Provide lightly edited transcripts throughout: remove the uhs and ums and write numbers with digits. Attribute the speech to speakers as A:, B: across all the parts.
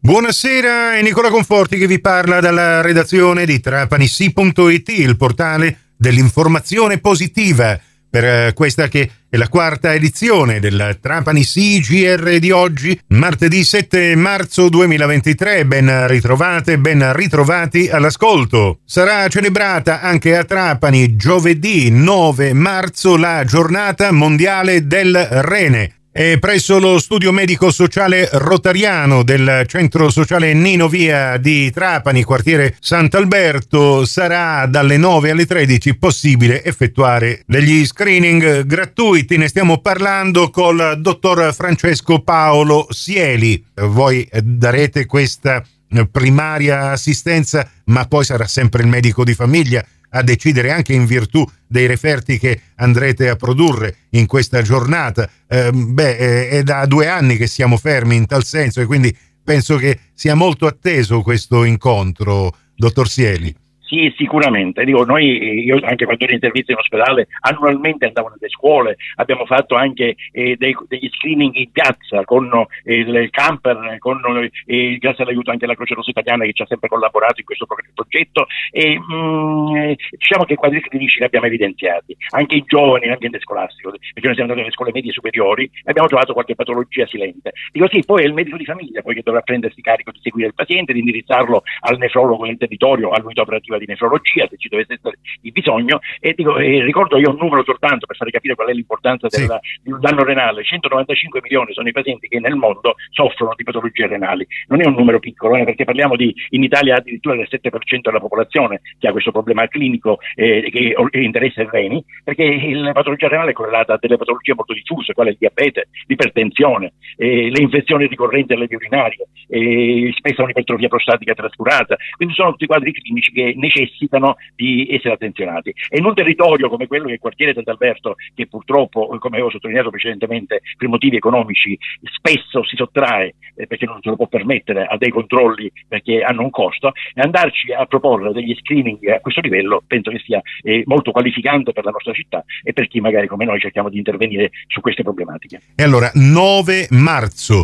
A: Buonasera, è Nicola Conforti che vi parla dalla redazione di TrapaniSì.it, il portale dell'informazione positiva, per questa che è la quarta edizione del Trapani Sì GR di oggi, martedì 7 marzo 2023. Ben ritrovate, ben ritrovati all'ascolto. Sarà celebrata anche a Trapani giovedì 9 marzo la giornata mondiale del rene. E presso lo studio medico sociale rotariano del centro sociale Nino Via di Trapani, quartiere Sant'Alberto, sarà dalle 9 alle 13 possibile effettuare degli screening gratuiti. Ne stiamo parlando col dottor Francesco Paolo Sieli. Voi darete questa primaria assistenza, ma poi sarà sempre il medico di famiglia a decidere, anche in virtù dei referti che andrete a produrre in questa giornata. È da 2 anni che siamo fermi in tal senso e quindi penso che sia molto atteso questo incontro, dottor Sieli.
B: Sì, sicuramente. Io anche quando ero in servizio in ospedale, annualmente andavo nelle scuole, abbiamo fatto anche degli screening in piazza con il camper, grazie all'aiuto anche della Croce Rossa Italiana che ci ha sempre collaborato in questo progetto, e diciamo che i quadri clinici li abbiamo evidenziati, anche i giovani nell'ambiente scolastico, perché noi siamo andati nelle scuole medie superiori e abbiamo trovato qualche patologia silente. Dico sì, poi è il medico di famiglia poi che dovrà prendersi carico di seguire il paziente, di indirizzarlo al nefrologo del territorio, all'unità operativa di nefrologia, se ci dovesse essere il bisogno. E ricordo io un numero soltanto per fare capire qual è l'importanza di un danno renale: 195 milioni sono i pazienti che nel mondo soffrono di patologie renali. Non è un numero piccolo, perché parliamo in Italia addirittura del 7% della popolazione che ha questo problema clinico che interessa i reni, perché la patologia renale è correlata a delle patologie molto diffuse, quale il diabete, l'ipertensione, le infezioni ricorrenti alle vie urinarie, spesso un'ipertrofia prostatica trascurata. Quindi sono tutti quadri clinici che necessitano di essere attenzionati. E in un territorio come quello che è il quartiere Sant'Alberto, che purtroppo, come avevo sottolineato precedentemente, per motivi economici spesso si sottrae perché non se lo può permettere a dei controlli perché hanno un costo, e andarci a proporre degli screening a questo livello penso che sia molto qualificante per la nostra città e per chi magari come noi cerchiamo di intervenire su queste problematiche.
A: E allora 9 marzo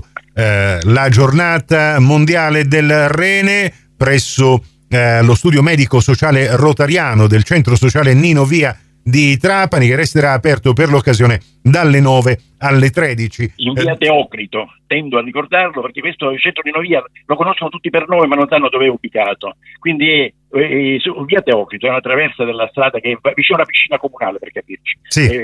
A: la giornata mondiale del rene presso lo studio medico sociale rotariano del centro sociale Nino Via di Trapani, che resterà aperto per l'occasione dalle 9 alle 13.
B: In via Teocrito, tendo a ricordarlo perché questo il centro Nino Via lo conoscono tutti per nome ma non sanno dove è ubicato, quindi su via Teocrito, è una traversa della strada che è vicino alla piscina comunale, per capirci,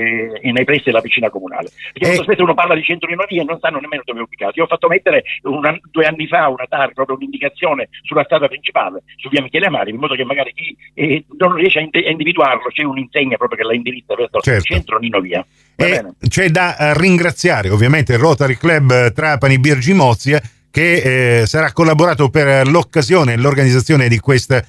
B: nei pressi della piscina comunale, perché molto spesso uno parla di centro Nino Via e non sanno nemmeno dove è ubicato. Io ho fatto mettere 2 anni fa una TAR, proprio un'indicazione sulla strada principale, su via Michele Amari, in modo che magari chi non riesce a individuarlo, c'è un'insegna proprio che la indirizza verso il centro Nino Via.
A: C'è da ringraziare ovviamente il Rotary Club Trapani Birgimozia che sarà collaborato per l'occasione, l'organizzazione di questa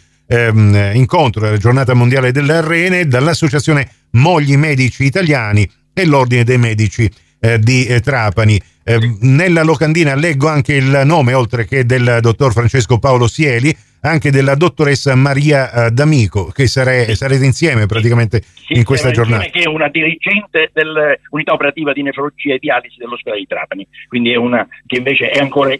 A: incontro della giornata mondiale del rene, dall'associazione Mogli Medici Italiani e l'Ordine dei Medici di Trapani. Nella locandina leggo anche il nome, oltre che del dottor Francesco Paolo Sieli, anche della dottoressa Maria D'Amico, che sarete insieme praticamente in questa giornata.
B: Che è una dirigente dell'unità operativa di nefrologia e dialisi dell'ospedale di Trapani, quindi è una che invece è ancora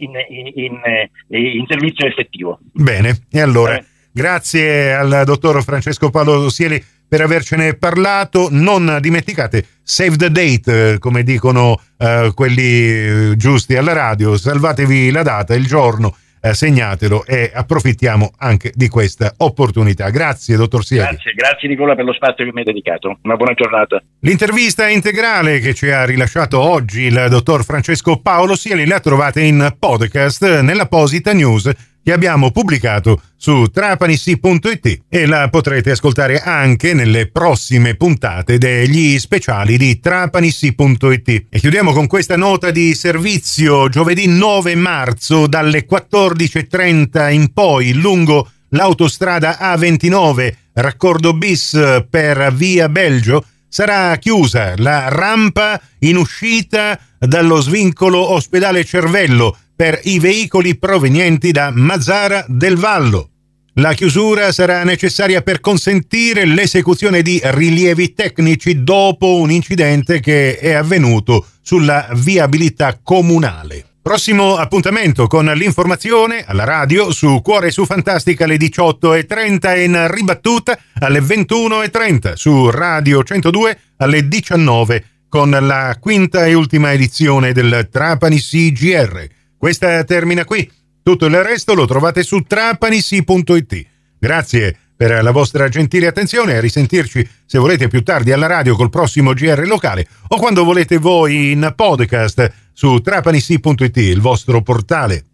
B: in servizio effettivo.
A: Bene, e allora grazie al dottor Francesco Paolo Sieli per avercene parlato. Non dimenticate, save the date, come dicono quelli giusti alla radio, salvatevi la data, il giorno, segnatelo e approfittiamo anche di questa opportunità. Grazie dottor Sieli.
B: Grazie Nicola per lo spazio che mi hai dedicato. Una buona giornata.
A: L'intervista integrale che ci ha rilasciato oggi il dottor Francesco Paolo Sieli la trovate in podcast nell'apposita news che abbiamo pubblicato su TrapaniSì.it e la potrete ascoltare anche nelle prossime puntate degli speciali di TrapaniSì.it. E chiudiamo con questa nota di servizio: giovedì 9 marzo dalle 14.30 in poi, lungo l'autostrada A29 raccordo bis per via Belgio, sarà chiusa la rampa in uscita dallo svincolo Ospedale Cervello per i veicoli provenienti da Mazara del Vallo. La chiusura sarà necessaria per consentire l'esecuzione di rilievi tecnici dopo un incidente che è avvenuto sulla viabilità comunale. Prossimo appuntamento con l'informazione alla radio su Cuore su Fantastica alle 18:30 e in ribattuta alle 21:30 su Radio 102 alle 19 con la quinta e ultima edizione del Trapani CGR. Questa termina qui, tutto il resto lo trovate su trapanisi.it. Grazie per la vostra gentile attenzione, a risentirci se volete più tardi alla radio col prossimo GR locale o quando volete voi in podcast su trapanisi.it, il vostro portale.